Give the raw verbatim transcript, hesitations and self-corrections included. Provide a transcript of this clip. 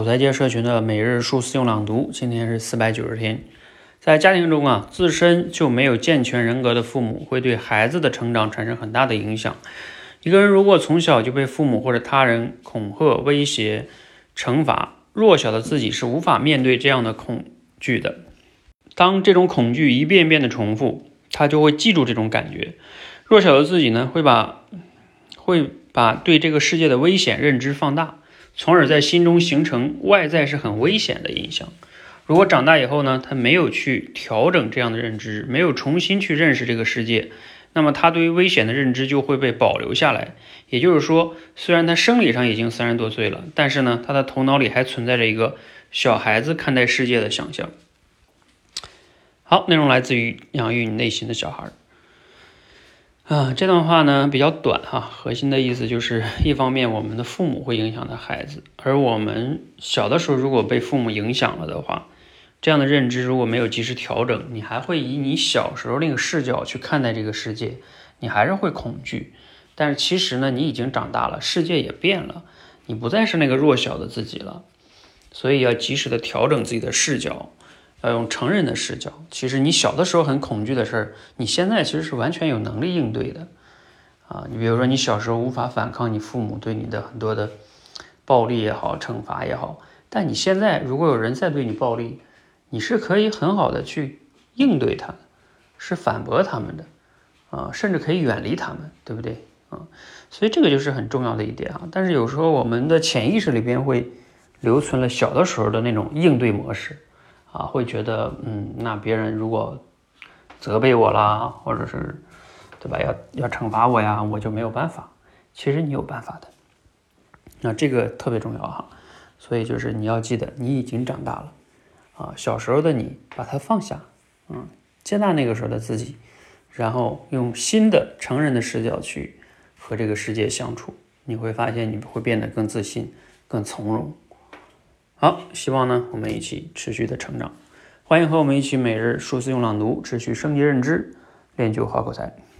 口才界社群的每日数字用朗读，今天是四百九十天。在家庭中啊，自身就没有健全人格的父母，会对孩子的成长产生很大的影响。一个人如果从小就被父母或者他人恐吓、威胁、惩罚，弱小的自己是无法面对这样的恐惧的。当这种恐惧一遍遍的重复，他就会记住这种感觉。弱小的自己呢，会把会把对这个世界的危险认知放大，从而在心中形成外在是很危险的印象。如果长大以后呢，他没有去调整这样的认知，没有重新去认识这个世界，那么他对于危险的认知就会被保留下来。也就是说，虽然他生理上已经三十多岁了，但是呢，他的头脑里还存在着一个小孩子看待世界的想象。好，内容来自于养育你内心的小孩。啊，这段话呢比较短哈，核心的意思就是一方面我们的父母会影响到孩子，而我们小的时候如果被父母影响了的话，这样的认知如果没有及时调整，你还会以你小时候那个视角去看待这个世界，你还是会恐惧。但是其实呢，你已经长大了，世界也变了，你不再是那个弱小的自己了，所以要及时的调整自己的视角，要用成人的视角。其实你小的时候很恐惧的事儿，你现在其实是完全有能力应对的啊。你比如说你小时候无法反抗你父母对你的很多的暴力也好，惩罚也好，但你现在如果有人在对你暴力，你是可以很好的去应对他，是反驳他们的啊，甚至可以远离他们，对不对啊？所以这个就是很重要的一点啊。但是有时候我们的潜意识里边会留存了小的时候的那种应对模式啊，会觉得嗯，那别人如果责备我啦，或者是对吧，要要惩罚我呀，我就没有办法。其实你有办法的，那这个特别重要哈。所以就是你要记得，你已经长大了啊，小时候的你把它放下，嗯，接纳那个时候的自己，然后用新的成人的视角去和这个世界相处，你会发现你会变得更自信、更从容。好，希望呢我们一起持续的成长，欢迎和我们一起每日数字用朗读，持续升级认知，练就好口才。